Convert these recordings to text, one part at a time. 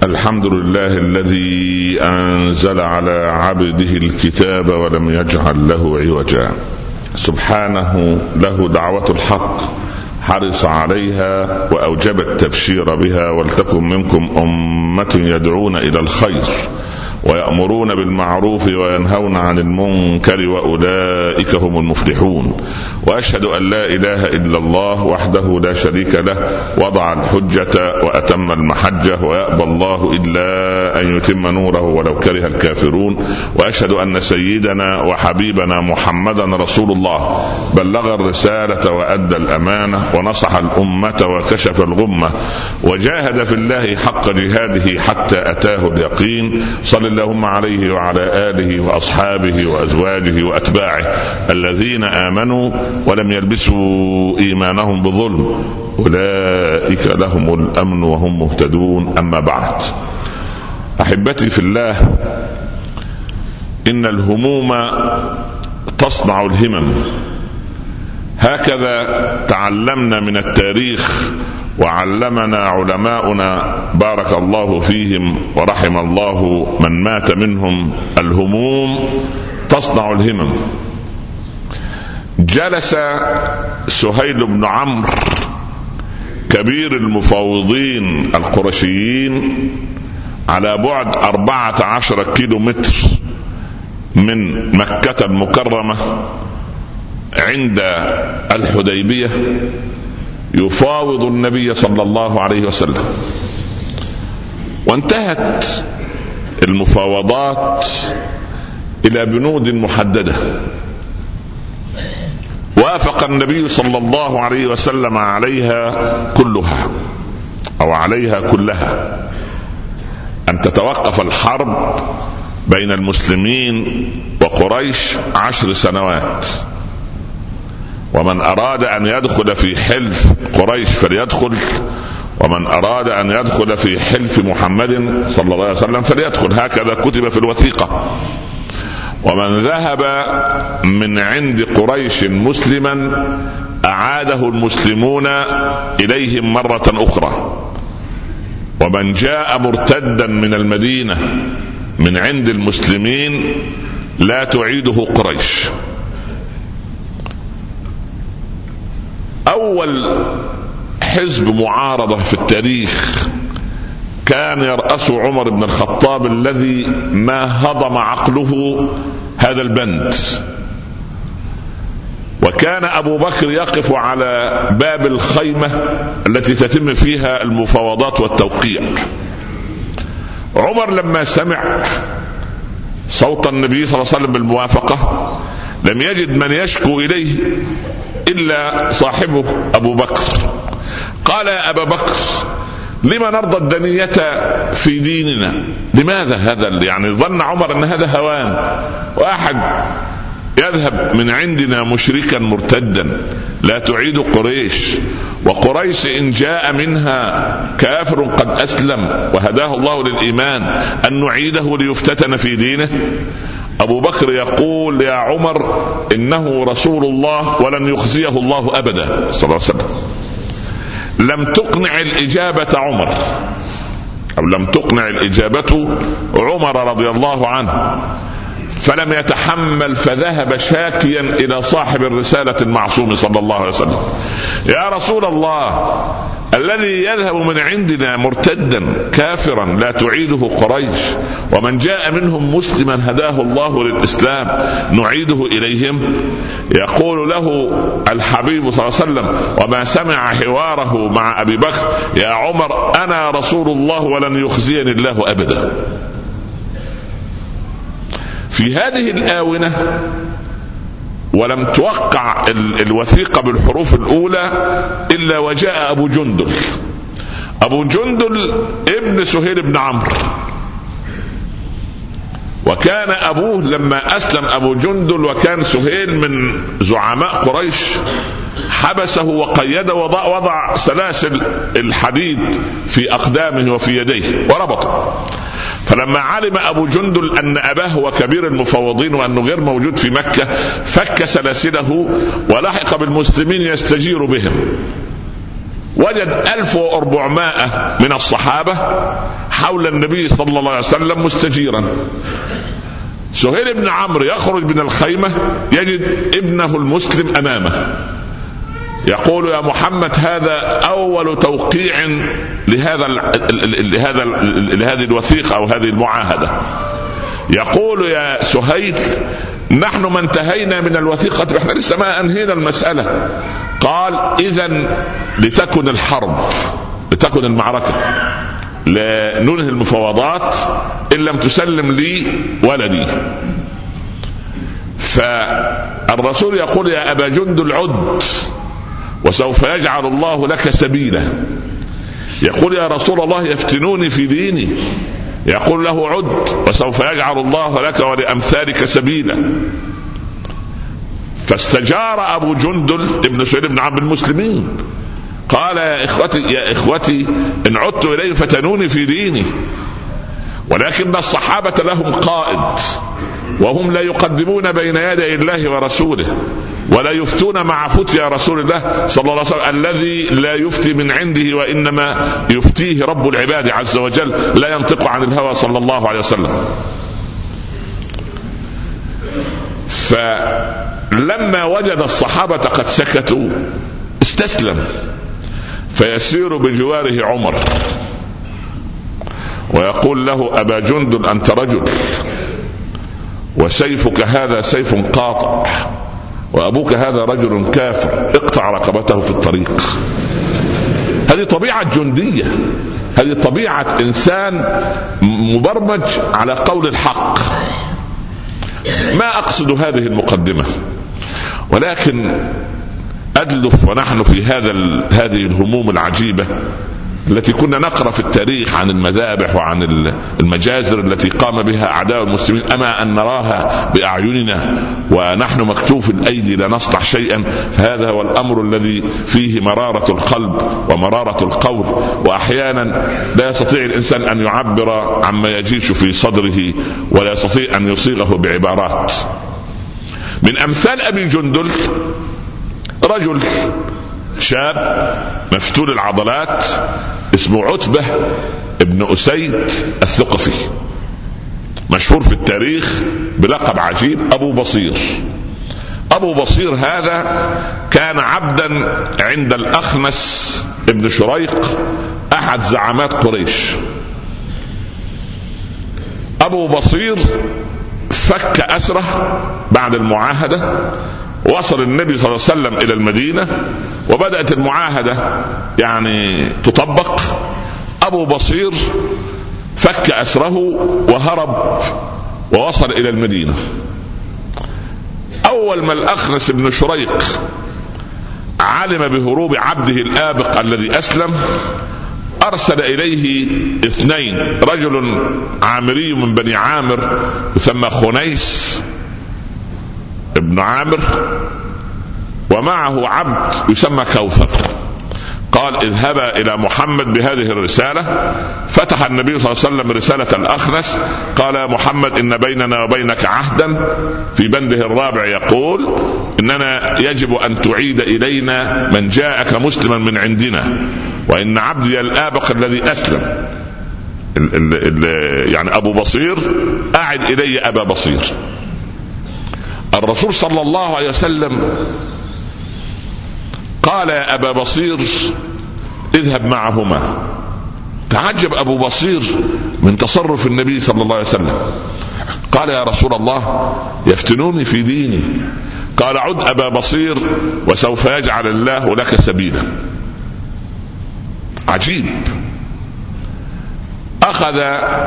الحمد لله الذي أنزل على عبده الكتاب ولم يجعل له عوجا، سبحانه له دعوة الحق حرص عليها وأوجب التبشير بها، ولتكن منكم أمة يدعون إلى الخير ويأمرون بالمعروف وينهون عن المنكر وأولئك هم المفلحون. وأشهد أن لا إله إلا الله وحده لا شريك له، وضع الحجة وأتم المحجة، ويأبى الله إلا أن يتم نوره ولو كره الكافرون. وأشهد أن سيدنا وحبيبنا محمدا رسول الله، بلغ الرسالة وأدى الأمانة ونصح الأمة وكشف الغمة، وجاهد في الله حق جهاده حتى أتاه اليقين. صلى اللهم عليه وعلى آله وأصحابه وأزواجه وأتباعه الذين آمنوا ولم يلبسوا إيمانهم بظلم، أولئك لهم الأمن وهم مهتدون. أما بعد، أحبتي في الله، إن الهموم تصنع الهمم، هكذا تعلمنا من التاريخ وعلمنا علماؤنا بارك الله فيهم ورحم الله من مات منهم. الهموم تصنع الهمم. جلس سهيل بن عمرو كبير المفاوضين القرشيين على بعد 14 كيلو متر من مكة المكرمة عند الحديبية، يفاوض النبي صلى الله عليه وسلم. وانتهت المفاوضات إلى بنود محددة، وافق النبي صلى الله عليه وسلم عليها كلها أو عليها كلها، أن تتوقف الحرب بين المسلمين وقريش 10 سنوات، ومن أراد أن يدخل في حلف قريش فليدخل، ومن أراد أن يدخل في حلف محمد صلى الله عليه وسلم فليدخل. هكذا كتب في الوثيقة. ومن ذهب من عند قريش مسلما أعاده المسلمون إليهم مرة أخرى، ومن جاء مرتدا من المدينة من عند المسلمين لا تعيده قريش. أول حزب معارضة في التاريخ كان يرأسه عمر بن الخطاب، الذي ما هضم عقله هذا البند. وكان أبو بكر يقف على باب الخيمة التي تتم فيها المفاوضات والتوقيع. عمر لما سمع صوت النبي صلى الله عليه وسلم بالموافقة لم يجد من يشكو إليه إلا صاحبه أبو بكر. قال: يا أبا بكر، لما نرضى الدنية في ديننا؟ لماذا هذا؟ يعني ظن عمر أن هذا هوان، وأحد يذهب من عندنا مشركا مرتدا لا تعيد قريش، وقريش إن جاء منها كافر قد أسلم وهداه الله للإيمان أن نعيده ليفتتن في دينه؟ أبو بكر يقول: يا عمر، إنه رسول الله ولن يخزيه الله أبدا صلى الله عليه وسلم. لم تقنع الإجابة عمر، أو لم تقنع الإجابة عمر رضي الله عنه، فلم يتحمل فذهب شاكيا إلى صاحب الرسالة المعصوم صلى الله عليه وسلم: يا رسول الله، الذي يذهب من عندنا مرتدا كافرا لا تعيده قريش، ومن جاء منهم مسلما هداه الله للإسلام نعيده إليهم؟ يقول له الحبيب صلى الله عليه وسلم وما سمع حواره مع أبي بكر: يا عمر، أنا رسول الله ولن يخزيني الله أبدا. في هذه الآونة ولم توقع الوثيقة بالحروف الأولى إلا وجاء أبو جندل. أبو جندل ابن سهيل بن عمرو، وكان أبوه لما أسلم أبو جندل وكان سهيل من زعماء قريش حبسه وقيده ووضع سلاسل الحديد في أقدامه وفي يديه وربطه. فلما علم أبو جندل أن أباه هو كبير المفاوضين وأنه غير موجود في مكة فك سلاسله ولحق بالمسلمين يستجير بهم. وجد 1400 من الصحابة حول النبي صلى الله عليه وسلم مستجيرا. سهيل بن عمرو يخرج من الخيمة يجد ابنه المسلم أمامه، يقول: يا محمد، هذا أول توقيع لهذه الوثيقة أو هذه المعاهدة. يقول: يا سهيل، نحن ما انتهينا من الوثيقة، احنا لسه ما أنهينا المسألة. قال: إذن لتكن الحرب، لتكن المعركة، لننهي المفاوضات إن لم تسلم لي ولدي. فالرسول يقول: يا أبا جندل، عد وسوف يجعل الله لك سبيلا. يقول: يا رسول الله، يفتنوني في ديني. يقول له: عد وسوف يجعل الله لك ولأمثالك سبيلا. فاستجار أبو جندل ابن سهيل بن عمرو المسلمين، قال: يا إخوتي إن عدت إليه فتنوني في ديني، ولكن الصحابة لهم قائد، وهم لا يقدمون بين يدي الله ورسوله، ولا يفتون مع فتيا رسول الله صلى الله عليه وسلم الذي لا يفتي من عنده، وإنما يفتيه رب العباد عز وجل، لا ينطق عن الهوى صلى الله عليه وسلم. فلما وجد الصحابة قد سكتوا استسلم، فيسير بجواره عمر ويقول له: أبا جندل، أنت رجل، وسيفك هذا سيف قاطع، وأبوك هذا رجل كافر، اقطع رقبته في الطريق. هذه طبيعة جندية، هذه طبيعة إنسان مبرمج على قول الحق. ما أقصد هذه المقدمة، ولكن أدلف ونحن في هذه الهموم العجيبة التي كنا نقرأ في التاريخ عن المذابح وعن المجازر التي قام بها أعداء المسلمين، أما أن نراها بأعيننا ونحن مكتوف الأيدي لا نصنع شيئا، فهذا هو الأمر الذي فيه مرارة القلب ومرارة القول، وأحيانا لا يستطيع الإنسان أن يعبر عما يجيش في صدره، ولا يستطيع أن يصيغه بعبارات. من أمثال أبي جندل رجل شاب مفتول العضلات اسمه عتبة ابن أسيد الثقفي، مشهور في التاريخ بلقب عجيب أبو بصير. أبو بصير هذا كان عبدا عند الأخنس ابن شريق أحد زعامات قريش. أبو بصير فك أسره بعد المعاهدة، وصل النبي صلى الله عليه وسلم إلى المدينة، وبدأت المعاهدة يعني تطبق. أبو بصير فك أسره وهرب ووصل إلى المدينة. أول ما الأخنس بن شريق علم بهروب عبده الآبق الذي أسلم، أرسل إليه 2، رجل عامري من بني عامر يسمى خنيس ابن عامر، ومعه عبد يسمى كوثر. قال: اذهبا إلى محمد بهذه الرسالة. فتح النبي صلى الله عليه وسلم رسالة الأخنس، قال: يا محمد، إن بيننا وبينك عهدا، في بنده الرابع يقول: إننا يجب أن تعيد إلينا من جاءك مسلما من عندنا، وإن عبدي الآبق الذي أسلم، يعني أبو بصير، أعد إلي أبا بصير. الرسول صلى الله عليه وسلم قال: يا أبا بصير، اذهب معهما. تعجب أبو بصير من تصرف النبي صلى الله عليه وسلم، قال: يا رسول الله، يفتنوني في ديني. قال: عد أبا بصير وسوف يجعل الله لك سبيلا. عجيب. أخذ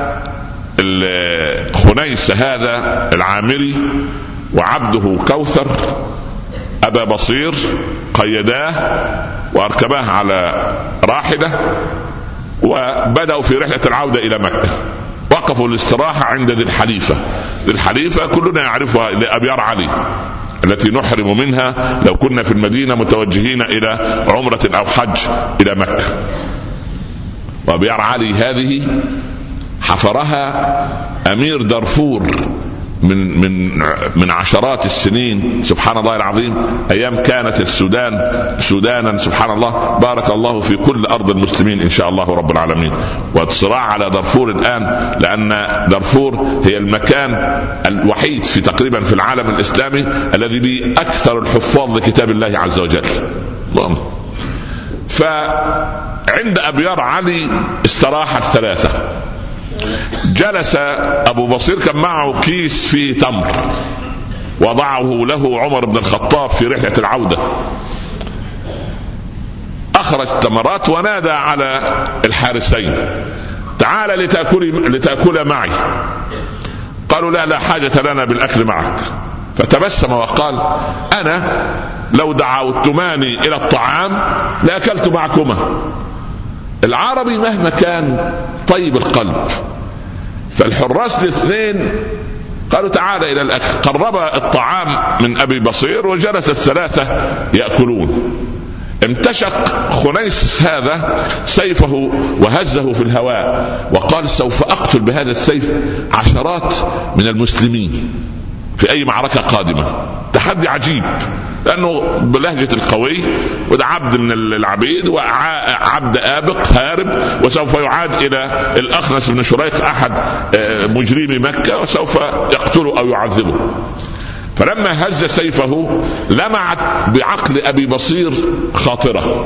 خنيس هذا العامري وعبده كوثر أبا بصير، قيداه وأركباه على راحلة، وبدأوا في رحلة العودة إلى مكة. وقفوا الاستراحة عند ذي الحليفة. ذي الحليفة كلنا يعرفها، لأبيار علي التي نحرم منها لو كنا في المدينة متوجهين إلى عمرة أو حج إلى مكة. وأبيار علي هذه حفرها أمير دارفور من عشرات السنين، سبحان الله العظيم، ايام كانت السودان سودانا، سبحان الله، بارك الله في كل ارض المسلمين ان شاء الله رب العالمين. والصراع على دارفور الان، لان دارفور هي المكان الوحيد في تقريبا في العالم الاسلامي الذي به اكثر الحفاظ لكتاب الله عز وجل. فعند ابيار علي استراح الثلاثه. جلس ابو بصير، كان معه كيس فيه تمر وضعه له عمر بن الخطاب في رحلة العودة. اخرج تمرات ونادى على الحارسين: تعال لتأكل معي. قالوا: لا حاجة لنا بالاكل معك. فتبسم وقال: انا لو دعوتماني الى الطعام لاكلت معكما. العربي مهما كان طيب القلب، فالحراس الاثنين قالوا: تعال الى الاكل. قرب الطعام من ابي بصير وجلس الثلاثه ياكلون. امتشق خنيس هذا سيفه وهزه في الهواء وقال: سوف اقتل بهذا السيف عشرات من المسلمين في اي معركه قادمه. تحدي عجيب، لانه بلهجه القوي، وده عبد من العبيد وعبد آبق هارب، وسوف يعاد الى الاخنس بن شريق احد مجرمي مكه وسوف يقتله او يعذبه. فلما هز سيفه لمعت بعقل ابي بصير خاطره،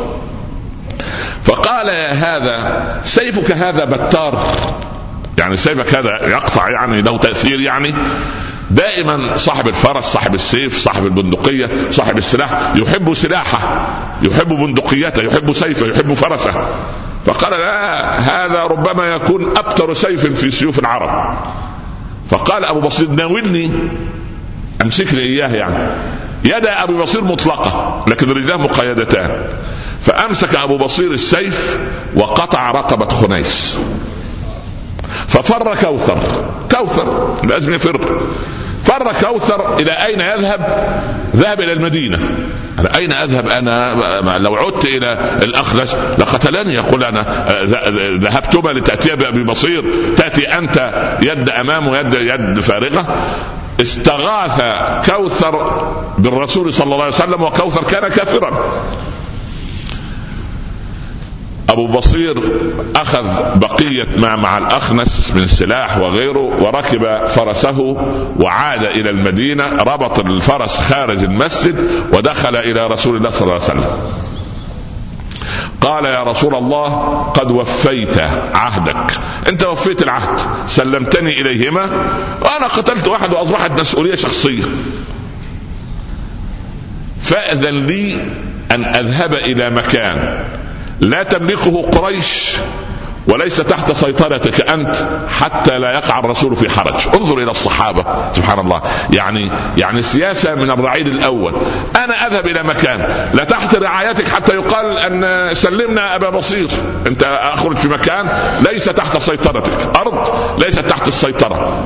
فقال: يا هذا سيفك هذا بتار، يعني سيفك هذا يقطع، يعني له تأثير. يعني دائما صاحب الفرس، صاحب السيف، صاحب البندقية، صاحب السلاح يحب سلاحه، يحب بندقيته، يحب سيفه، يحب فرسه. فقال: لا، هذا ربما يكون أبتر سيف في سيوف العرب. فقال أبو بصير: ناولني، أمسك لي إياه. يعني يد أبي بصير مطلقة لكن رجلاه مقيدتان. فأمسك أبو بصير السيف وقطع رقبة خنيس، ففر كوثر لازم يفر. فر كوثر إلى أين يذهب؟ ذهب إلى المدينة. أنا أين أذهب أنا؟ لو عدت إلى الأخنس لقتلني. يقول: أنا ذهبتما لتأتي بأبي بصير، تأتي أنت يد أمام ويد فارغة. استغاث كوثر بالرسول صلى الله عليه وسلم، وكوثر كان كافرا. أبو بصير أخذ بقية ما مع الأخنس من سلاح وغيره وركب فرسه وعاد إلى المدينة. ربط الفرس خارج المسجد ودخل إلى رسول الله صلى الله عليه وسلم. قال: يا رسول الله، قد وفيت عهدك، أنت وفيت العهد، سلمتني إليهما وأنا قتلت واحد وأصبحت مسؤولية شخصية، فأذن لي أن أذهب إلى مكان لا تملكه قريش وليس تحت سيطرتك أنت حتى لا يقع الرسول في حرج. انظر إلى الصحابة، سبحان الله، يعني سياسة من الرعيل الأول. أنا أذهب إلى مكان لا تحت رعايتك حتى يقال أن سلمنا أبا بصير. أنت أخرج في مكان ليس تحت سيطرتك، أرض ليست تحت السيطرة،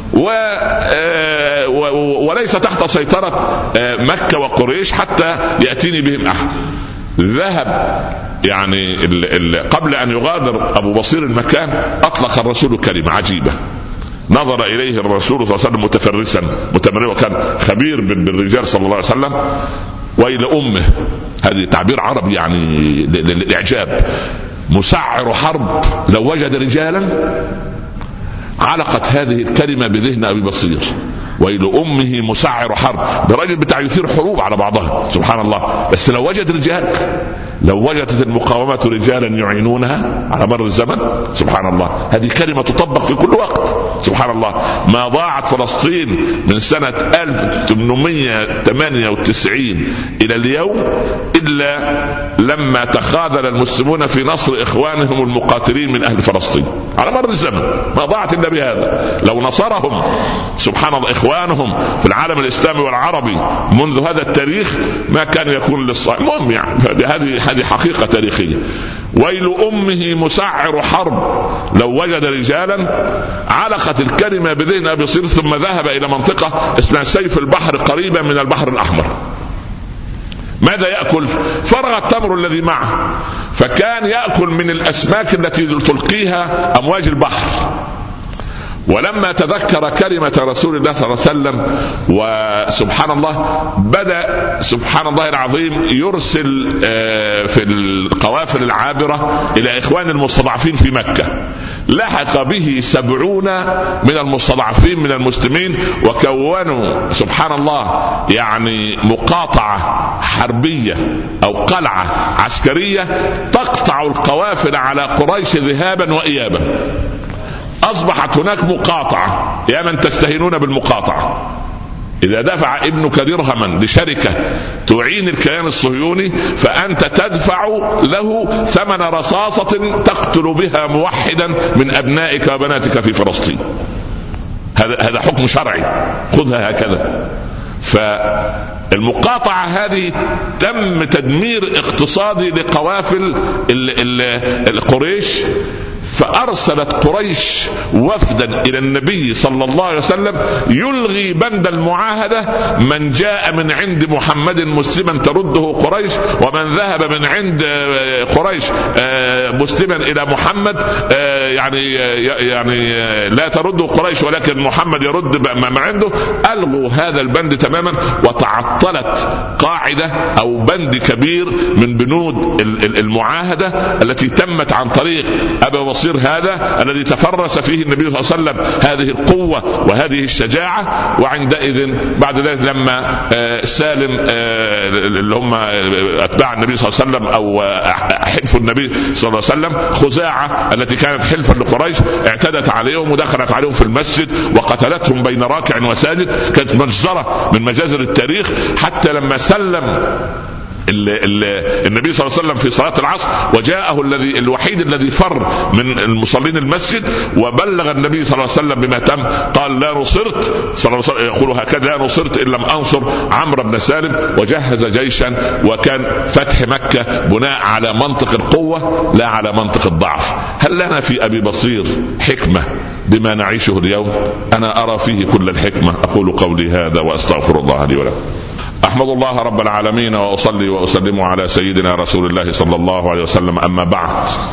وليس تحت سيطرة مكة وقريش حتى يأتيني بهم أحد. ذهب يعني قبل أن يغادر أبو بصير المكان أطلق الرسول كلمة عجيبة. نظر إليه الرسول صلى الله عليه وسلم متفرسا متمردا، وكان خبير بالرجال صلى الله عليه وسلم. وإلى أمه، هذه تعبير عربي يعني للإعجاب. مسعر حرب لو وجد رجالا. علقت هذه الكلمة بذهن أبي بصير. وإلى أمه مسعر حرب، برجل بتاع يثير حروب على بعضها، سبحان الله. بس لو وجد رجال، لو وجدت المقاومة رجالا يعينونها على مر الزمن، سبحان الله، هذه كلمة تطبق في كل وقت، سبحان الله. ما ضاعت فلسطين من سنة 1898 إلى اليوم إلا لما تخاذل المسلمون في نصر إخوانهم المقاتلين من أهل فلسطين على مر الزمن. ما ضاعت إلا بهذا. لو نصرهم سبحان الله إخوانهم في العالم الإسلامي والعربي منذ هذا التاريخ ما كان يكون للصائم. المهم يعني هذه حقيقة تاريخية. ويل أمه مسعر حرب لو وجد رجالا. علقت الكلمة بذهن أبي بصير، ثم ذهب إلى منطقة اسمها سيف البحر قريبا من البحر الأحمر. ماذا يأكل؟ فرغ التمر الذي معه، فكان يأكل من الأسماك التي تلقيها أمواج البحر. ولما تذكر كلمة رسول الله صلى الله عليه وسلم وسبحان الله بدأ سبحان الله العظيم يرسل في القوافل العابرة إلى إخوان المستضعفين في مكة. لحق به 70 من المستضعفين من المسلمين، وكونوا سبحان الله يعني مقاطعة حربية أو قلعة عسكرية تقطع القوافل على قريش ذهابا وإيابا. أصبحت هناك مقاطعة. يا من تستهينون بالمقاطعة، إذا دفع ابنك درهما لشركة تعين الكيان الصهيوني فأنت تدفع له ثمن رصاصة تقتل بها موحدا من أبنائك وبناتك في فلسطين. هذا حكم شرعي، خذها هكذا. فالمقاطعة هذه تم تدمير اقتصادي لقوافل القريش، فأرسلت قريش وفدا إلى النبي صلى الله عليه وسلم يلغي بند المعاهدة: من جاء من عند محمد مسلما ترده قريش، ومن ذهب من عند قريش مسلما إلى محمد يعني لا ترده قريش ولكن محمد يرد ما عنده. ألغوا هذا البند تماما، وتعطلت قاعدة أو بند كبير من بنود المعاهدة التي تمت عن طريق أبي بصير هذا الذي تفرس فيه النبي صلى الله عليه وسلم هذه القوة وهذه الشجاعة. وعندئذ بعد ذلك لما سالم اللي هم أتباع النبي صلى الله عليه وسلم أو حلف النبي صلى الله عليه وسلم، خزاعة التي كانت حلفا لقريش اعتدت عليهم ودخلت عليهم في المسجد وقتلتهم بين راكع وساجد. كانت مجزرة من مجازر التاريخ، حتى لما سلم النبي صلى الله عليه وسلم في صلاة العصر وجاءه الوحيد الذي فر من المصلين المسجد وبلغ النبي صلى الله عليه وسلم بما تم، قال: لا نصرت، صلى الله عليه وسلم يقول هكذا: لا نصرت إن لم أنصر عمرو بن سالم. وجهز جيشا، وكان فتح مكة بناء على منطق القوة لا على منطق الضعف. هل لنا في أبي بصير حكمة بما نعيشه اليوم؟ أنا أرى فيه كل الحكمة. أقول قولي هذا وأستغفر الله لي ولكم. أحمد الله رب العالمين وأصلي وأسلم على سيدنا رسول الله صلى الله عليه وسلم. أما بعد،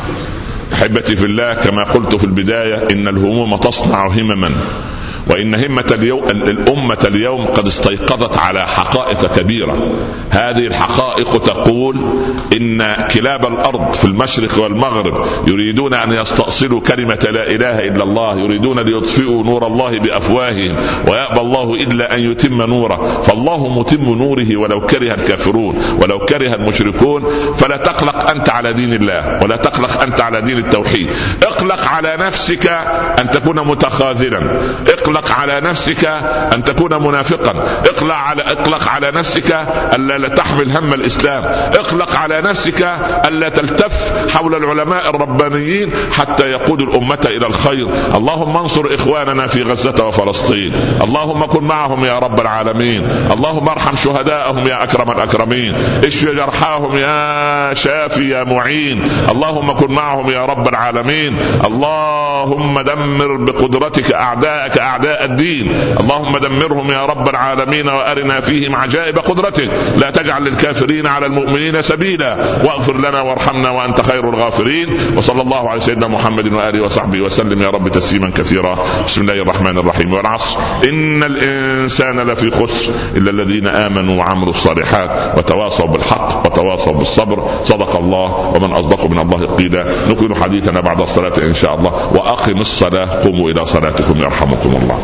أحبتي في الله، كما قلت في البداية إن الهموم تصنع همما، وإن همة الأمة اليوم قد استيقظت على حقائق كبيرة. هذه الحقائق تقول إن كلاب الأرض في المشرق والمغرب يريدون أن يستأصلوا كلمة لا إله إلا الله، يريدون ليطفئوا نور الله بأفواههم ويأبى الله إلا أن يتم نوره. فالله متم نوره ولو كره الكافرون ولو كره المشركون. فلا تقلق أنت على دين الله، ولا تقلق أنت على دين التوحيد. اقلق على نفسك أن تكون متخاذلا، اقلق على نفسك أن تكون منافقا، اقلق على نفسك ألا تحمل هم الإسلام، اقلق على نفسك ألا تلتف حول العلماء الربانيين حتى يقود الأمة إلى الخير. اللهم انصر إخواننا في غزة وفلسطين، اللهم كن معهم يا رب العالمين، اللهم ارحم شهداءهم يا أكرم الأكرمين، اشفي جرحاهم يا شافي يا معين، اللهم كن معهم يا رب العالمين. اللهم دمر بقدرتك أعداءك أعداء الدين، اللهم دمرهم يا رب العالمين وأرنا فيهم عجائب قدرتك. لا تجعل للكافرين على المؤمنين سبيلا، واغفر لنا وارحمنا وأنت خير الغافرين. وصلى الله على سيدنا محمد وآله وصحبه وسلم يا رب تسليما كثيرا. بسم الله الرحمن الرحيم. والعصر إن الإنسان لفي خسر إلا الذين آمنوا وعملوا الصالحات وتواصوا بالحق وتواصوا بالصبر. صدق الله، ومن أصدق من الله قيلا. نكمل حديثنا بعد الصلاة إن شاء الله. وأقم الصلاة، قوموا إلى صلاتكم يرحمكم الله.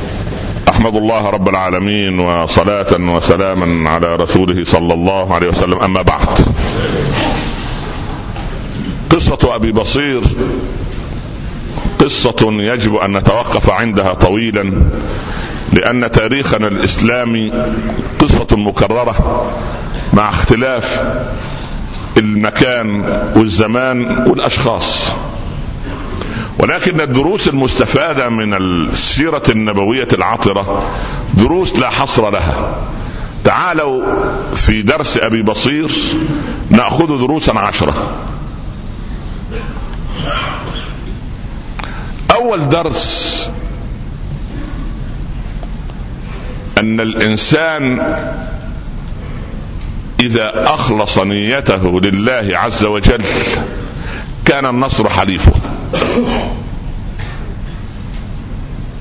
أحمد الله رب العالمين، وصلاة وسلاما على رسوله صلى الله عليه وسلم. أما بعد، قصة أبي بصير قصة يجب أن نتوقف عندها طويلا، لأن تاريخنا الإسلامي قصة مكررة مع اختلاف المكان والزمان والأشخاص، ولكن الدروس المستفادة من السيرة النبوية العطرة دروس لا حصر لها. تعالوا في درس أبي بصير نأخذ دروسا 10. أول درس أن الإنسان إذا أخلص نيته لله عز وجل كان النصر حليفه.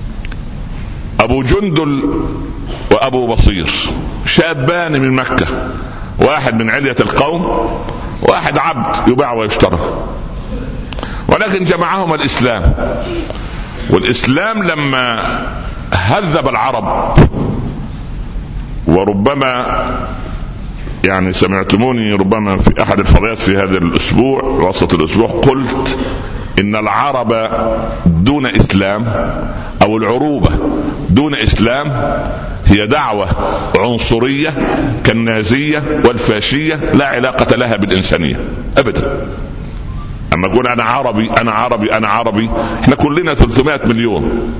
أبو جندل وأبو بصير شابان من مكة، واحد من علية القوم، واحد عبد يباع ويشترى، ولكن جمعهما الإسلام. والإسلام لما هذب العرب، وربما يعني سمعتموني ربما في أحد الفضائيات في هذا الأسبوع وسط الأسبوع قلت إن العرب دون إسلام أو العروبة دون إسلام هي دعوة عنصرية كالنازية والفاشية لا علاقة لها بالإنسانية أبدا. أما أقول أنا عربي أنا عربي أنا عربي، إحنا كلنا 300 مليون.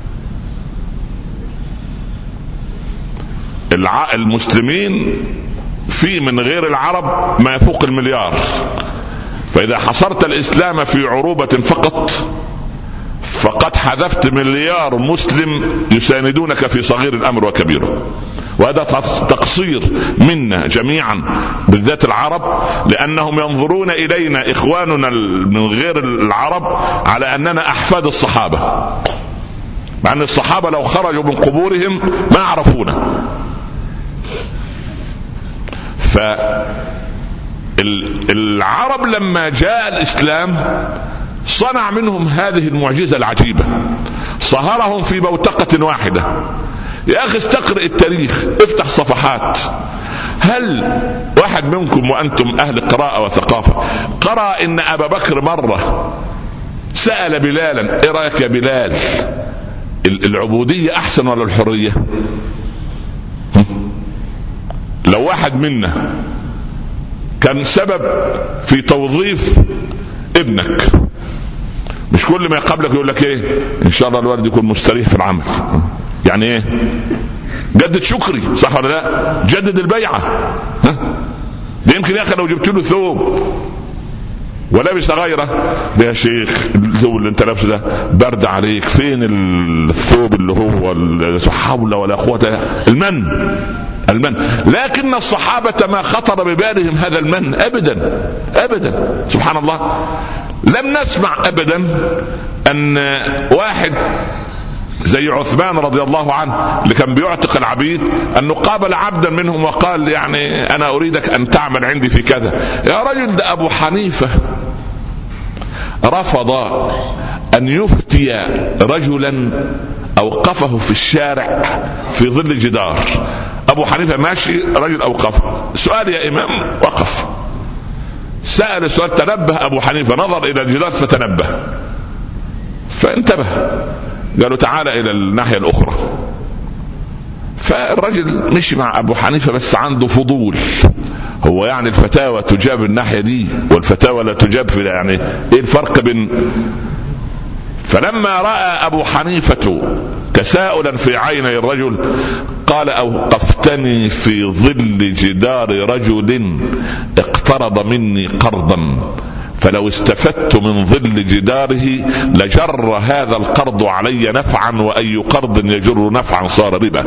المسلمين في من غير العرب ما يفوق المليار، فإذا حصرت الإسلام في عروبة فقد حذفت مليار مسلم يساندونك في صغير الأمر وكبيره. وهذا تقصير منا جميعا بالذات العرب، لأنهم ينظرون إلينا إخواننا من غير العرب على أننا أحفاد الصحابة، مع أن الصحابة لو خرجوا من قبورهم ما عرفونا. فالعرب لما جاء الإسلام صنع منهم هذه المعجزة العجيبة، صهرهم في بوتقة واحدة. يا أخي استقرئ التاريخ، افتح صفحات. هل واحد منكم وأنتم أهل قراءة وثقافة قرأ إن أبا بكر مرة سأل بلالا إيه رأيك يا بلال، العبودية أحسن ولا الحرية؟ لو واحد منا كان سبب في توظيف ابنك، مش كل ما يقابلك يقول لك ايه ان شاء الله الولد يكون مستريح في العمل، يعني ايه؟ جدد شكري، صح ولا لا؟ جدد البيعة. ده يمكن يا اخي لو جبت له ثوب ولابس غيره، يا شيخ الثوب اللي انت لابسه ده برد عليك، فين الثوب اللي هو لا حول ولا قوة المن. لكن الصحابة ما خطر ببالهم هذا المن أبدا أبدا. سبحان الله، لم نسمع أبدا أن واحد زي عثمان رضي الله عنه اللي كان بيعتق العبيد أنه قابل عبدا منهم وقال يعني أنا أريدك أن تعمل عندي في كذا. يا رجل، ده أبو حنيفة رفض أن يفتي رجلا أوقفه في الشارع في ظل جدار. أبو حنيفة ماشي، رجل أوقفه، سؤال يا إمام، وقف سأل السؤال، تنبه أبو حنيفة، نظر إلى الجدار فتنبه فانتبه، قالوا تعالى إلى الناحية الأخرى. فالرجل مشي مع أبو حنيفة بس عنده فضول، هو يعني الفتاوى تجاب الناحية دي والفتاوى لا تجاب في، يعني إيه الفرق بين؟ فلما رأى أبو حنيفة تساؤلا في عيني الرجل قال أوقفتني في ظل جدار رجل اقترض مني قرضا، فلو استفدت من ظل جداره لجر هذا القرض علي نفعا، وأي قرض يجر نفعا صار ربا.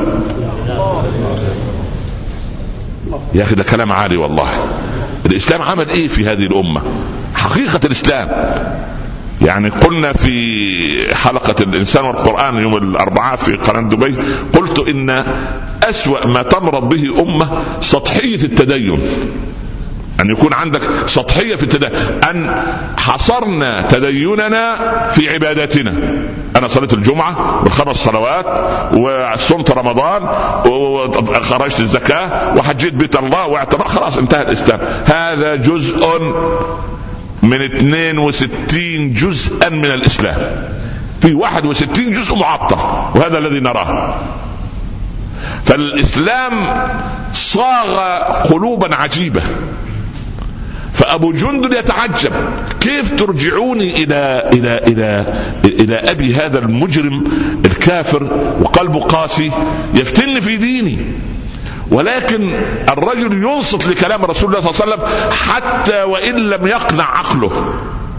يا أخي ده كلام عالي والله. الإسلام عمل إيه في هذه الأمة؟ حقيقة الإسلام، يعني قلنا في حلقة الإنسان والقرآن يوم الأربعاء في قناة دبي، قلت إن أسوأ ما تمرض به أمة سطحية التدين، أن يكون عندك سطحية في التدين، أن حصرنا تديننا في عباداتنا. أنا صليت الجمعة والخمس صلوات وصمت رمضان وخرجت الزكاة وحجيت بيت الله واعتبر، خلاص انتهى الإسلام. هذا جزء من 62 جزءا من الإسلام، في 61 جزء معطل، وهذا الذي نراه. فالإسلام صاغ قلوبا عجيبة. فأبو جندل يتعجب، كيف ترجعوني إلى أبي هذا المجرم الكافر وقلبه قاسي يفتن في ديني؟ ولكن الرجل ينصت لكلام رسول الله صلى الله عليه وسلم حتى وإن لم يقنع عقله،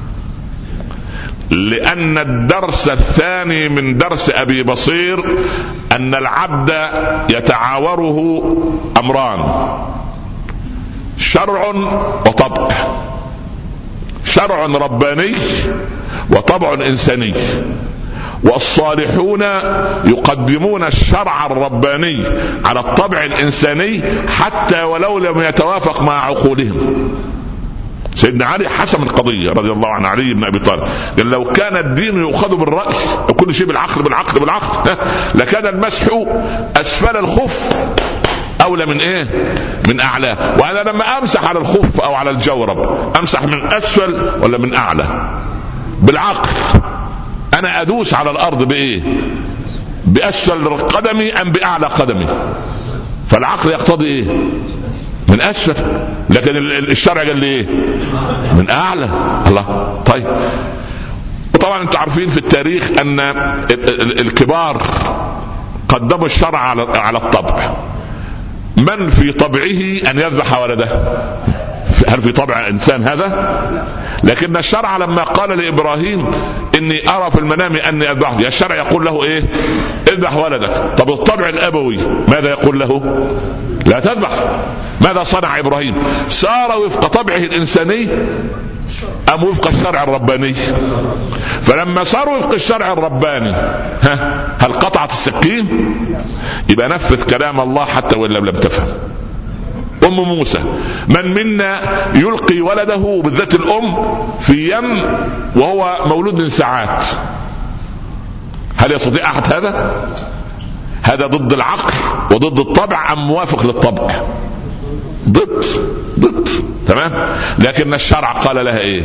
لأن الدرس الثاني من درس أبي بصير أن العبد يتعاوره أمران: شرع وطبع، شرع رباني وطبع إنساني. والصالحون يقدمون الشرع الرباني على الطبع الإنساني حتى ولو لم يتوافق مع عقولهم. سيدنا علي حسم القضية رضي الله عن علي بن أبي طالب، قال لو كان الدين يؤخذ بالرأي وكل شيء بالعقل بالعقل بالعقل لكان المسح أسفل الخف أولى من إيه؟ من أعلى. وأنا لما أمسح على الخف أو على الجورب أمسح من أسفل ولا من أعلى؟ بالعقل. أنا أدوس على الأرض بإيه؟ بأسفل قدمي أم بأعلى قدمي؟ فالعقل يقتضي إيه؟ من أسفل، لكن الشرع قال لي إيه؟ من أعلى. الله. طيب، وطبعا أنتم عارفين في التاريخ أن الكبار قدموا الشرع على الطبع. من في طبعه أن يذبح ولده؟ هل في طبع إنسان هذا؟ لكن الشرع لما قال لإبراهيم إني أرى في المنام أني أذبحه، الشرع يقول له إيه؟ اذبح ولدك. طب الطبع الأبوي ماذا يقول له؟ لا تذبح. ماذا صنع إبراهيم؟ سار وفق طبعه الإنساني أم وفق الشرع الرباني؟ فلما صار وفق الشرع الرباني هل قطعت السكين؟ يبقى نفذ كلام الله حتى وإن لم تفهم. أم موسى، من منا يلقي ولده بالذات الأم في يم وهو مولود من ساعات؟ هل يستطيع أحد هذا؟ هذا ضد العقل وضد الطبع أم موافق للطبع؟ ضد. تمام. لكن الشرع قال لها إيه؟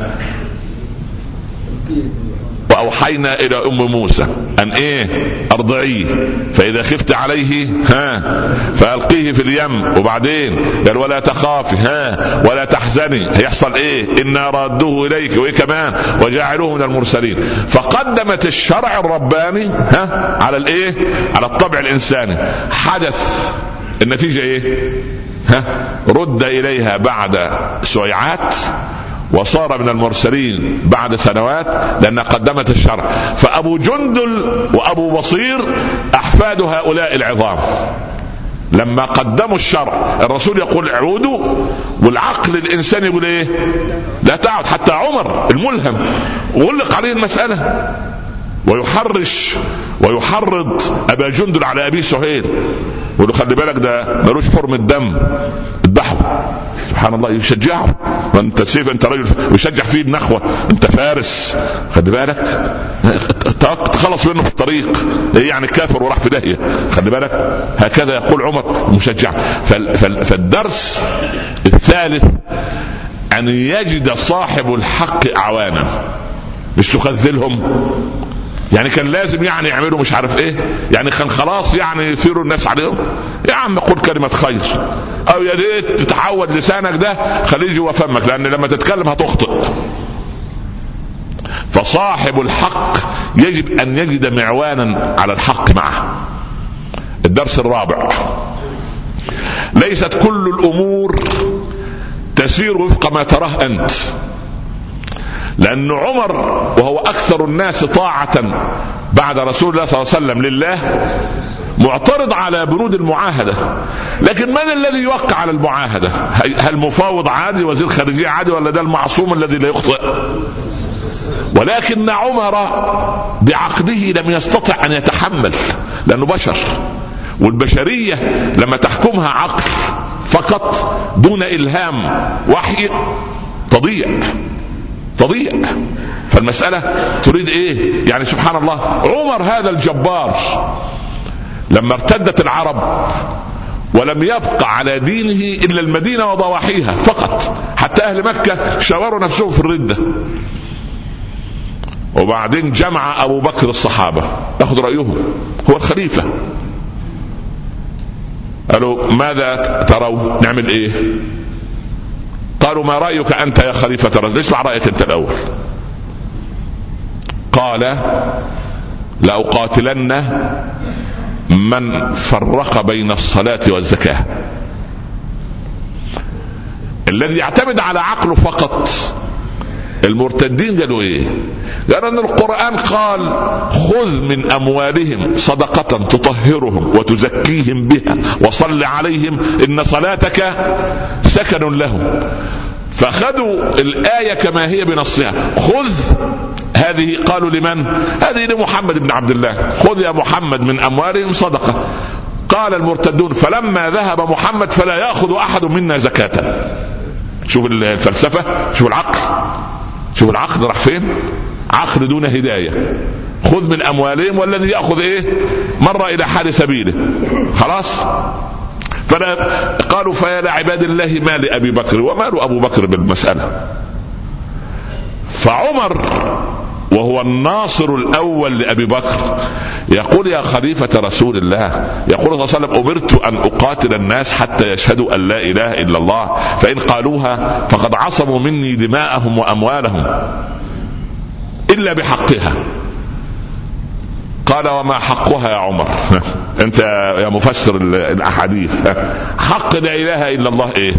وأوحينا إلى أم موسى أن إيه؟ أرضعيه فإذا خفت عليه فألقيه في اليم. وبعدين قال ولا تخافي ولا تحزني. هيحصل إيه؟ إنا رادوه إليك وإيه كمان وجعلوه من المرسلين. فقدمت الشرع الرباني على الإيه؟ على الطبع الإنساني. حدث النتيجة إيه؟ رد إليها بعد سويعات وصار من المرسلين بعد سنوات لأن قدمت الشرع. فأبو جندل وأبو بصير أحفاد هؤلاء العظام لما قدموا الشرع. الرسول يقول عودوا والعقل الإنساني يقول إيه؟ لا تعود. حتى عمر الملهم غلق عليه المسألة ويحرش ويحرض أبا جندل على أبي سهيل يقول له خلي بالك ده ملوش حرم الدم اذبحه. سبحان الله، يشجعه. وانت سيف، انت رجل يشجع فيه النخوة، انت فارس خلي بالك، تخلص منه في الطريق يعني كافر وراح في داهية خلي بالك. هكذا يقول عمر المشجع. فالدرس الثالث أن يجد صاحب الحق أعوانا، مش تخذلهم. يعني كان لازم يعني يعملوا مش عارف ايه، يعني كان خلاص يعني يثيروا الناس عليهم. يا عم قول كلمة خير، او يا ريت تتعود لسانك ده خليه جوا فمك، لان لما تتكلم هتخطئ. فصاحب الحق يجب ان يجد معوانا على الحق معه. الدرس الرابع، ليست كل الامور تسير وفق ما تراه انت. لأن عمر وهو أكثر الناس طاعة بعد رسول الله صلى الله عليه وسلم لله معترض على بنود المعاهدة. لكن من الذي يوقع على المعاهدة؟ هل مفاوض عادي، وزير خارجية عادي، ولا ده المعصوم الذي لا يخطئ؟ ولكن عمر بعقده لم يستطع أن يتحمل، لأنه بشر، والبشرية لما تحكمها عقل فقط دون إلهام وحي تضيع. فالمسألة تريد ايه؟ يعني سبحان الله، عمر هذا الجبار لما ارتدت العرب ولم يبقى على دينه إلا المدينة وضواحيها فقط، حتى أهل مكة شاوروا نفسهم في الردة. وبعدين جمع أبو بكر الصحابة أخذ رأيهم، هو الخليفة. قالوا ماذا ترون نعمل ايه؟ قالوا ما رأيك أنت يا خليفة الرسول؟ اسمع رأيك أنت الأول. قال لأقاتلن من فرق بين الصلاة والزكاة. الذي يعتمد على عقله فقط المرتدين قالوا ايه؟ قالوا ان القرآن قال خذ من اموالهم صدقة تطهرهم وتزكيهم بها وصل عليهم ان صلاتك سكن لهم. فخذوا الآية كما هي بنصها، خذ هذه قالوا لمن؟ هذه لمحمد بن عبد الله، خذ يا محمد من أموالهم صدقة. قال المرتدون فلما ذهب محمد فلا يأخذ أحد منا زكاة. شوف الفلسفة، شوف العقل، شوف العقل راح فين. عقل دون هداية. خذ من أموالهم، والذي يأخذ إيه؟ مر إلى حال سبيله خلاص. قالوا فيا لعباد الله ما لأبي بكر وما أبو بكر بالمسألة. فعمر وهو الناصر الأول لأبي بكر يقول يا خليفة رسول الله، يقول صلى الله عليه وسلم أمرت أن أقاتل الناس حتى يشهدوا أن لا إله إلا الله، فإن قالوها فقد عصموا مني دماءهم وأموالهم إلا بحقها. قال وما حقها يا عمر؟ أنت يا مفسر الأحاديث، حق لا إله إلا الله إيه؟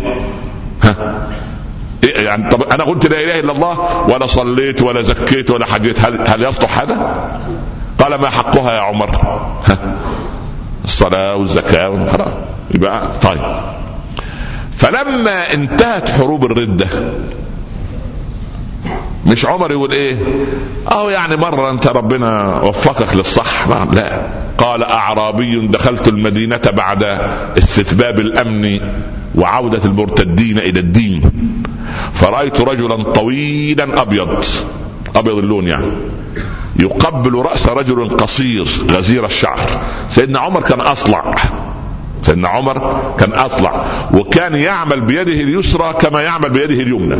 يعني طب أنا قلت لا إله إلا الله ولا صليت ولا زكيت ولا حجيت، هل يصلح هذا؟ قال ما حقها يا عمر؟ الصلاة والزكاة والخلاص. يبقى طيب. فلما انتهت حروب الردة مش عمر يقول ايه يعني مرة انت ربنا وفقك للصح، لا. قال اعرابي دخلت المدينة بعد استتباب الامن وعودة المرتدين الى الدين، فرأيت رجلا طويلا ابيض اللون يعني يقبل رأس رجل قصير غزير الشعر. سيدنا عمر كان اصلع، وكان يعمل بيده اليسرى كما يعمل بيده اليمنى،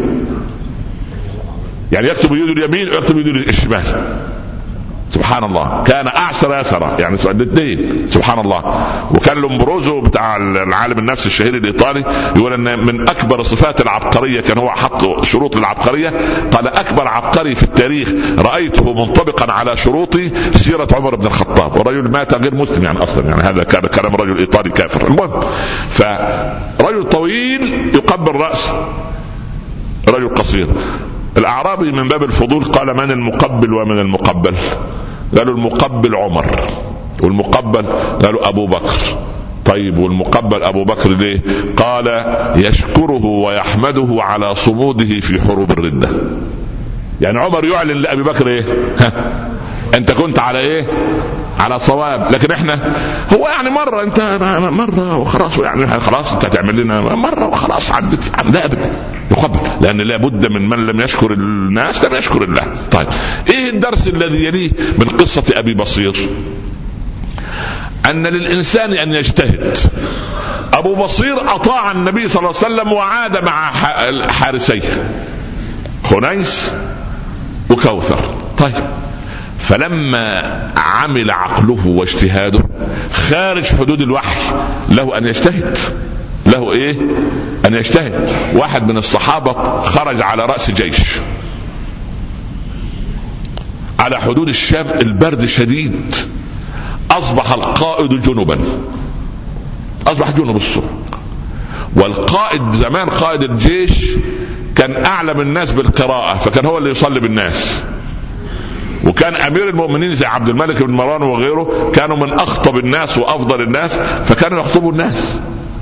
يعني يكتب بيده اليمين ويكتب بيده الشمال. سبحان الله. كان أعسر يسرى، يعني الاثنين. سبحان الله. وكان لومبروزو بتاع العالم النفس الشهير الإيطالي يقول أن من أكبر صفات العبقرية، كان هو حط شروط للعبقرية، قال أكبر عبقري في التاريخ رأيته منطبقا على شروطي سيرة عمر بن الخطاب، ورجل مات غير مسلم يعني أصلا، يعني هذا كان كلام رجل إيطالي كافر. المهم، فرجل طويل يقبل رأس رجل قصير. الأعرابي من باب الفضول قال من المقبل ومن المقبل؟ قالوا المقبل عمر، والمقبل قالوا أبو بكر. طيب والمقبل أبو بكر ليه؟ قال يشكره ويحمده على صموده في حروب الردة. يعني عمر يعلن لأبي بكر ايه؟ انت كنت على ايه؟ على صواب. لكن احنا هو يعني مرة انت مرة وخلاص، يعني خلاص انت تعمل لنا مرة وخلاص عدت. لا ابدا، يقبل، لان لا بد من لم يشكر الناس لم يشكر الله. طيب ايه الدرس الذي يليه من قصة ابي بصير؟ ان للانسان ان يجتهد. ابو بصير اطاع النبي صلى الله عليه وسلم وعاد مع حارسيه خنيس وكوثر. طيب فلما عمل عقله واجتهاده خارج حدود الوحي له ان يجتهد، له ايه؟ ان يجتهد. واحد من الصحابة خرج على رأس جيش على حدود الشام، البرد شديد، اصبح القائد جنبا، اصبح جنب الصبح. والقائد زمان قائد الجيش كان اعلم الناس بالقراءة، فكان هو اللي يصلي بالناس. وكان امير المؤمنين زي عبد الملك بن مروان وغيره كانوا من اخطب الناس وافضل الناس، فكانوا يخطبوا الناس.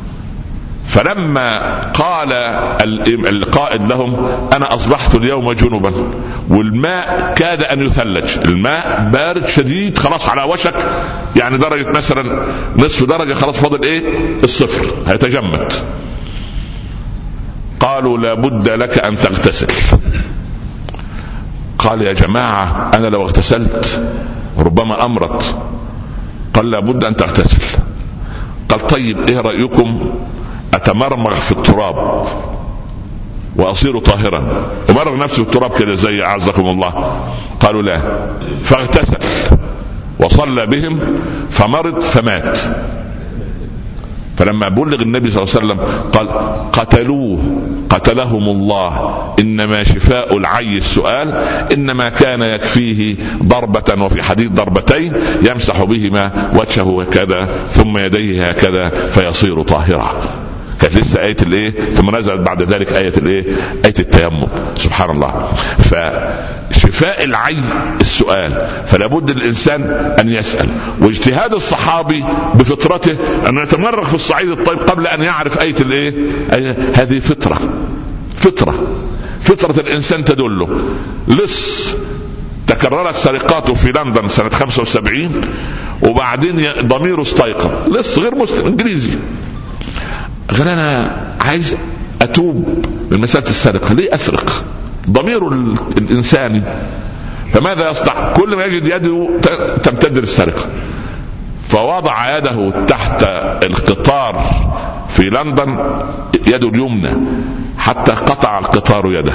فلما قال القائد لهم انا اصبحت اليوم جنبا والماء كاد ان يثلج، الماء بارد شديد خلاص على وشك يعني درجة مثلا نصف درجة، خلاص فاضل ايه؟ الصفر، هيتجمد. قالوا لابد لك ان تغتسل. قال يا جماعة أنا لو اغتسلت ربما أمرض. قال لابد أن تغتسل. قال طيب إيه رأيكم أتمرمغ في التراب وأصير طاهرا، ومرغ نفسه في التراب كده زي أعزكم الله؟ قالوا لا. فاغتسل وصلى بهم فمرض فمات. فلما بلغ النبي صلى الله عليه وسلم قال قتلوه قتلهم الله، إنما شفاء العي السؤال، إنما كان يكفيه ضربة، وفي حديث ضربتين يمسح بهما وجهه هكذا ثم يديه هكذا فيصير طاهرا. كانت لسه آية الايه؟ ثم نزلت بعد ذلك آية الايه؟ آية التيمم. سبحان الله. فشفاء العي السؤال، فلا بد الإنسان أن يسأل. واجتهاد الصحابي بفطرته أن يتمرغ في الصعيد الطيب قبل أن يعرف آية الايه؟ هذه فطرة الإنسان تدله. لص تكررت سرقاته في لندن سنة 75، وبعدين ضميره استيقظ، لسه غير مسلم انجليزي، قال انا عايز اتوب من مسألة السرقة، ليه اسرق؟ ضميره الانساني. فماذا يصنع؟ كل ما يجد يده تمتد للسرقة، فوضع يده تحت القطار في لندن، يده اليمنى، حتى قطع القطار يده.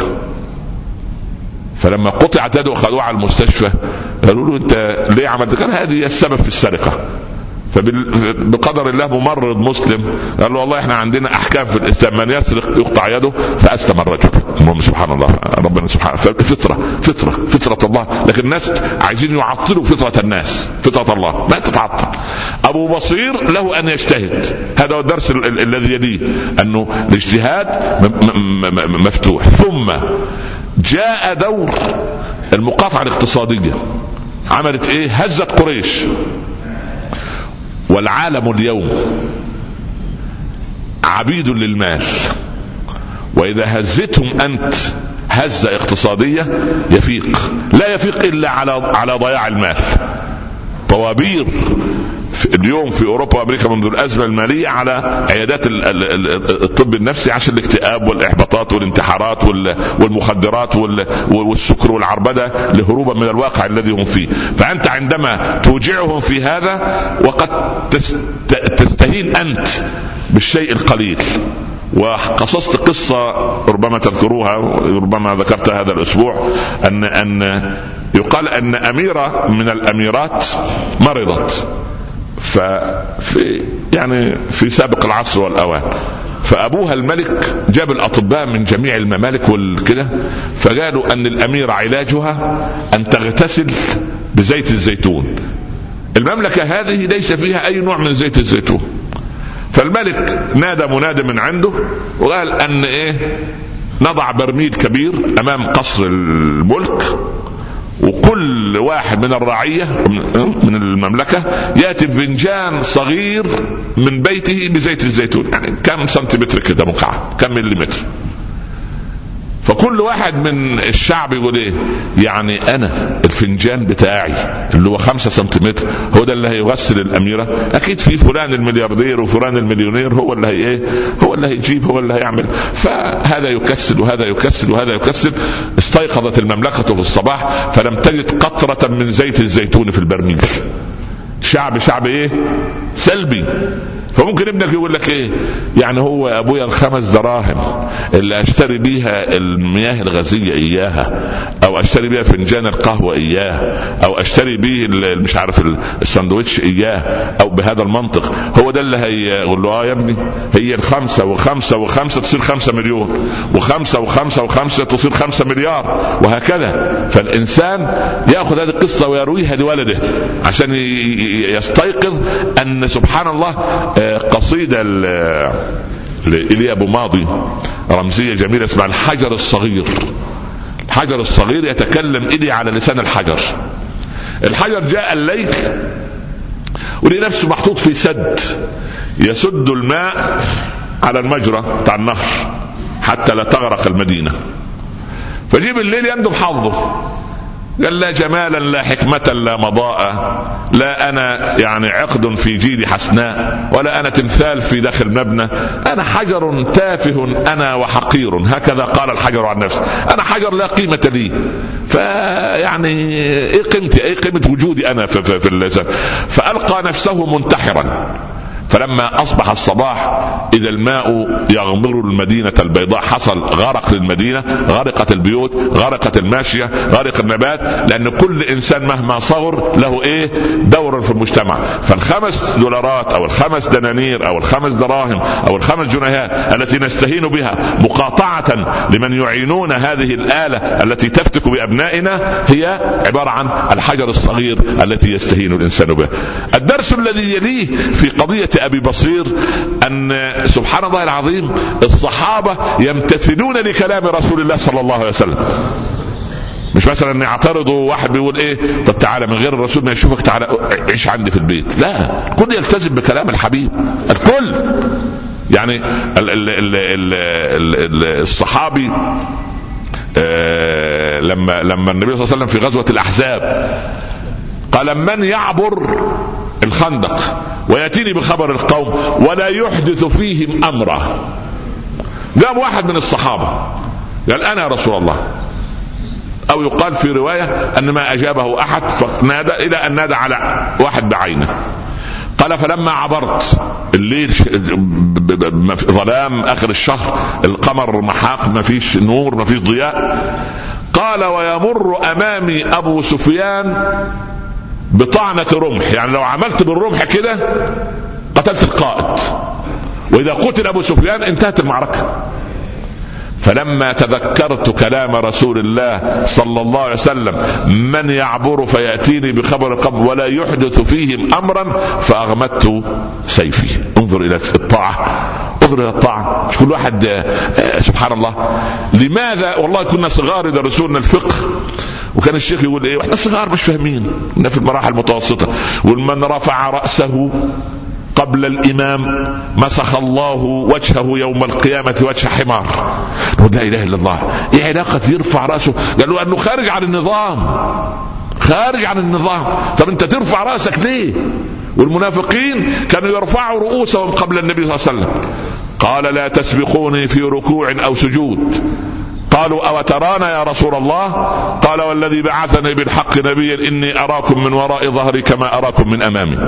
فلما قطعت يده وخذوه على المستشفى قالوا له انت ليه عملت؟ قال هذه هي السبب في السرقة. فبقدر الله ممرض مسلم قال له والله احنا عندنا احكام في الاسلام، من يسرق يقطع يده، فاسلم الرجل. سبحان الله، ربنا سبحانه. فطرة الله، لكن الناس عايزين يعطلوا فطرة الناس، فطرة الله ما تتعطل. ابو بصير له ان يجتهد، هذا هو الدرس الذي يليه، انه الاجتهاد مفتوح. ثم جاء دور المقاطعة الاقتصادية، عملت ايه؟ هزت قريش. والعالم اليوم عبيد للمال، وإذا هزتهم أنت هزة اقتصادية يفيق، لا يفيق إلا على ضياع المال. طوابير اليوم في أوروبا وأمريكا منذ الأزمة المالية على عيادات الطب النفسي عشان الاكتئاب والإحباطات والانتحارات والمخدرات والسكر والعربدة، لهروبا من الواقع الذي هم فيه. فأنت عندما توجعهم في هذا وقد تستهين أنت بالشيء القليل. وقصصت قصة ربما تذكروها، ربما ذكرتها هذا الأسبوع، أن يقال أن أميرة من الأميرات مرضت في سابق العصر والأوان، فأبوها الملك جاب الأطباء من جميع الممالك والكده، فقالوا أن الأميرة علاجها أن تغتسل بزيت الزيتون. المملكة هذه ليس فيها أي نوع من زيت الزيتون. فالملك نادى منادى من عنده وقال أن نضع برميل كبير أمام قصر الملك، وكل واحد من الرعية من المملكة يأتي بفنجان صغير من بيته بزيت الزيتون، يعني كم سنتيمتر كده مكعب، كم مليمتر. فكل واحد من الشعب يقول يعني أنا الفنجان بتاعي اللي هو 5 سنتيمتر هو ده اللي هيغسل الأميرة؟ أكيد في فلان الملياردير وفلان المليونير هو اللي هو اللي هيجيب، هو اللي هيعمل. فهذا يكسل وهذا يكسل وهذا يكسل. استيقظت المملكة في الصباح فلم تجد قطرة من زيت الزيتون في البرميل. شعب سلبي. فممكن ابنك يقول لك يعني هو ابويا ال5 دراهم اللي اشتري بيها المياه الغازية اياها، او اشتري بيها فنجان القهوة اياه، او اشتري بيه مش عارف الساندويتش اياه، او بهذا المنطق هو ده اللي هيقول له يا ابني هي 5 و5 تصير 5 مليون، و5 و5 تصير 5 مليار، وهكذا. فالانسان ياخذ هذه القصة ويرويها لولده عشان يستيقظ ان سبحان الله. قصيدة لإلي أبو ماضي رمزية جميلة اسمها الحجر الصغير. الحجر الصغير يتكلم إلي على لسان الحجر. الحجر جاء الليل ولنفسه محطوط في سد يسد الماء على المجرى بتاع النهر حتى لا تغرق المدينة. فجيب الليل يندب حظه، قال لا جمالا لا حكمة لا مضاء، لا أنا يعني عقد في جيدي حسناء، ولا أنا تمثال في داخل مبنى، أنا حجر تافه أنا وحقير. هكذا قال الحجر عن نفسه، أنا حجر لا قيمة لي. فيعني إيه قيمتي؟ إيه قيمة وجودي أنا في اللسان؟ فألقى نفسه منتحرا. فلما أصبح الصباح إذا الماء يغمر المدينة البيضاء، حصل غرق للمدينة، غرقت البيوت، غرقت الماشية، غرق النبات، لأن كل إنسان مهما صغر له دور في المجتمع. ف5 دولارات أو 5 دنانير أو 5 دراهم أو 5 جنيهات التي نستهين بها مقاطعة لمن يعينون هذه الآلة التي تفتك بأبنائنا هي عبارة عن الحجر الصغير التي يستهين الإنسان به. الدرس الذي يليه في قضية أبي بصير أن سبحان الله العظيم الصحابة يمتثلون لكلام رسول الله صلى الله عليه وسلم. مش مثلا ان يعترضوا واحد بيقول طب تعالى من غير الرسول ما يشوفك، تعالى عيش عندي في البيت. لا، الكل يلتزم بكلام الحبيب، الكل. يعني لما النبي صلى الله عليه وسلم في غزوة الأحزاب قال من يعبر الخندق ويأتيني بخبر القوم ولا يحدث فيهم أمره. قام واحد من الصحابة قال أنا يا رسول الله، أو يقال في رواية أن ما أجابه أحد فنادى إلى أن نادى على واحد بعينه. قال فلما عبرت الليل ظلام آخر الشهر، القمر محاق، ما فيش نور ما فيش ضياء، قال ويمر أمامي أبو سفيان بطعنة رمح، يعني لو عملت بالرمح كده قتلت القائد، وإذا قتل أبو سفيان انتهت المعركة. فلما تذكرت كلام رسول الله صلى الله عليه وسلم من يعبر فيأتيني بخبر القوم ولا يحدث فيهم أمرا فأغمدت سيفي. انظر إلى الطاعة، انظر إلى الطاعة. مش كل واحد سبحان الله. لماذا؟ والله كنا صغار يدرسونا الفقه وكان الشيخ يقول ايه واحنا صغار مش فاهمين، كنا في المراحل المتوسطة، ومن رفع رأسه قبل الإمام مسخ الله وجهه يوم القيامة وجه حمار. لا إله إلا الله. إيه علاقة يرفع رأسه؟ قالوا أنه خارج عن النظام، خارج عن النظام. طب أنت ترفع رأسك ليه؟ والمنافقين كانوا يرفعوا رؤوسهم قبل النبي صلى الله عليه وسلم. قال لا تسبقوني في ركوع أو سجود. قالوا أو ترانا يا رسول الله؟ قال والذي بعثني بالحق نبيا إني أراكم من وراء ظهري كما أراكم من أمامي.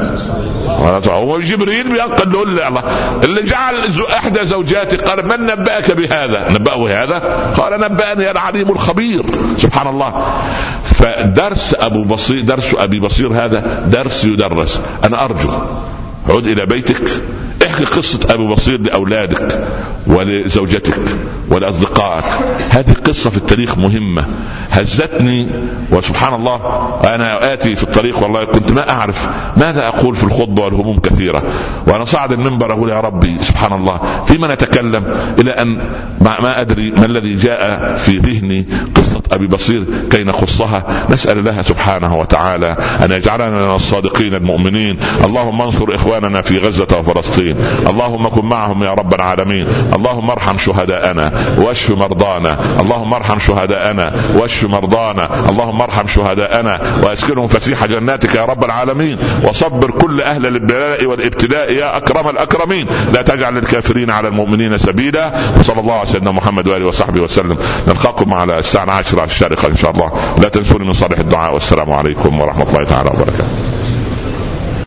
وجبريل بينقل له الله اللي جعل إحدى زوجاتي قال من نبأك بهذا؟ نبأه هذا؟ قال نبأني العليم الخبير. سبحان الله. فدرس درس أبي بصير هذا درس يدرس. أنا أرجو عود إلى بيتك، احكي قصة أبو بصير لأولادك ولزوجتك ولأصدقائك. هذه قصة في التاريخ مهمة هزتني، وسبحان الله أنا آتي في الطريق والله كنت ما أعرف ماذا أقول في الخطبة والهموم كثيرة، وأنا صعد المنبر أقول يا ربي سبحان الله فيما نتكلم، إلى أن ما أدري ما الذي جاء في ذهني قصة أبي بصير كي نخصها. نسأل الله سبحانه وتعالى أن يجعلنا من الصادقين المؤمنين. اللهم انصر إخواننا في غزة وفلسطين، اللهم كن معهم يا رب العالمين. اللهم ارحم شهداءنا واشف مرضانا، اللهم ارحم شهداءنا واشف مرضانا، اللهم ارحم شهداءنا واسكنهم فسيح جناتك يا رب العالمين، وصبر كل أهل البلاء والابتلاء يا أكرم الأكرمين. لا تجعل للكافرين على المؤمنين سبيلا. وصلى الله على سيدنا محمد وآله وصحبه وسلم. نلقاكم على الساعة 10 على الشارقة إن شاء الله. لا تنسوني من صالح الدعاء، والسلام عليكم ورحمة الله تعالى وبركاته.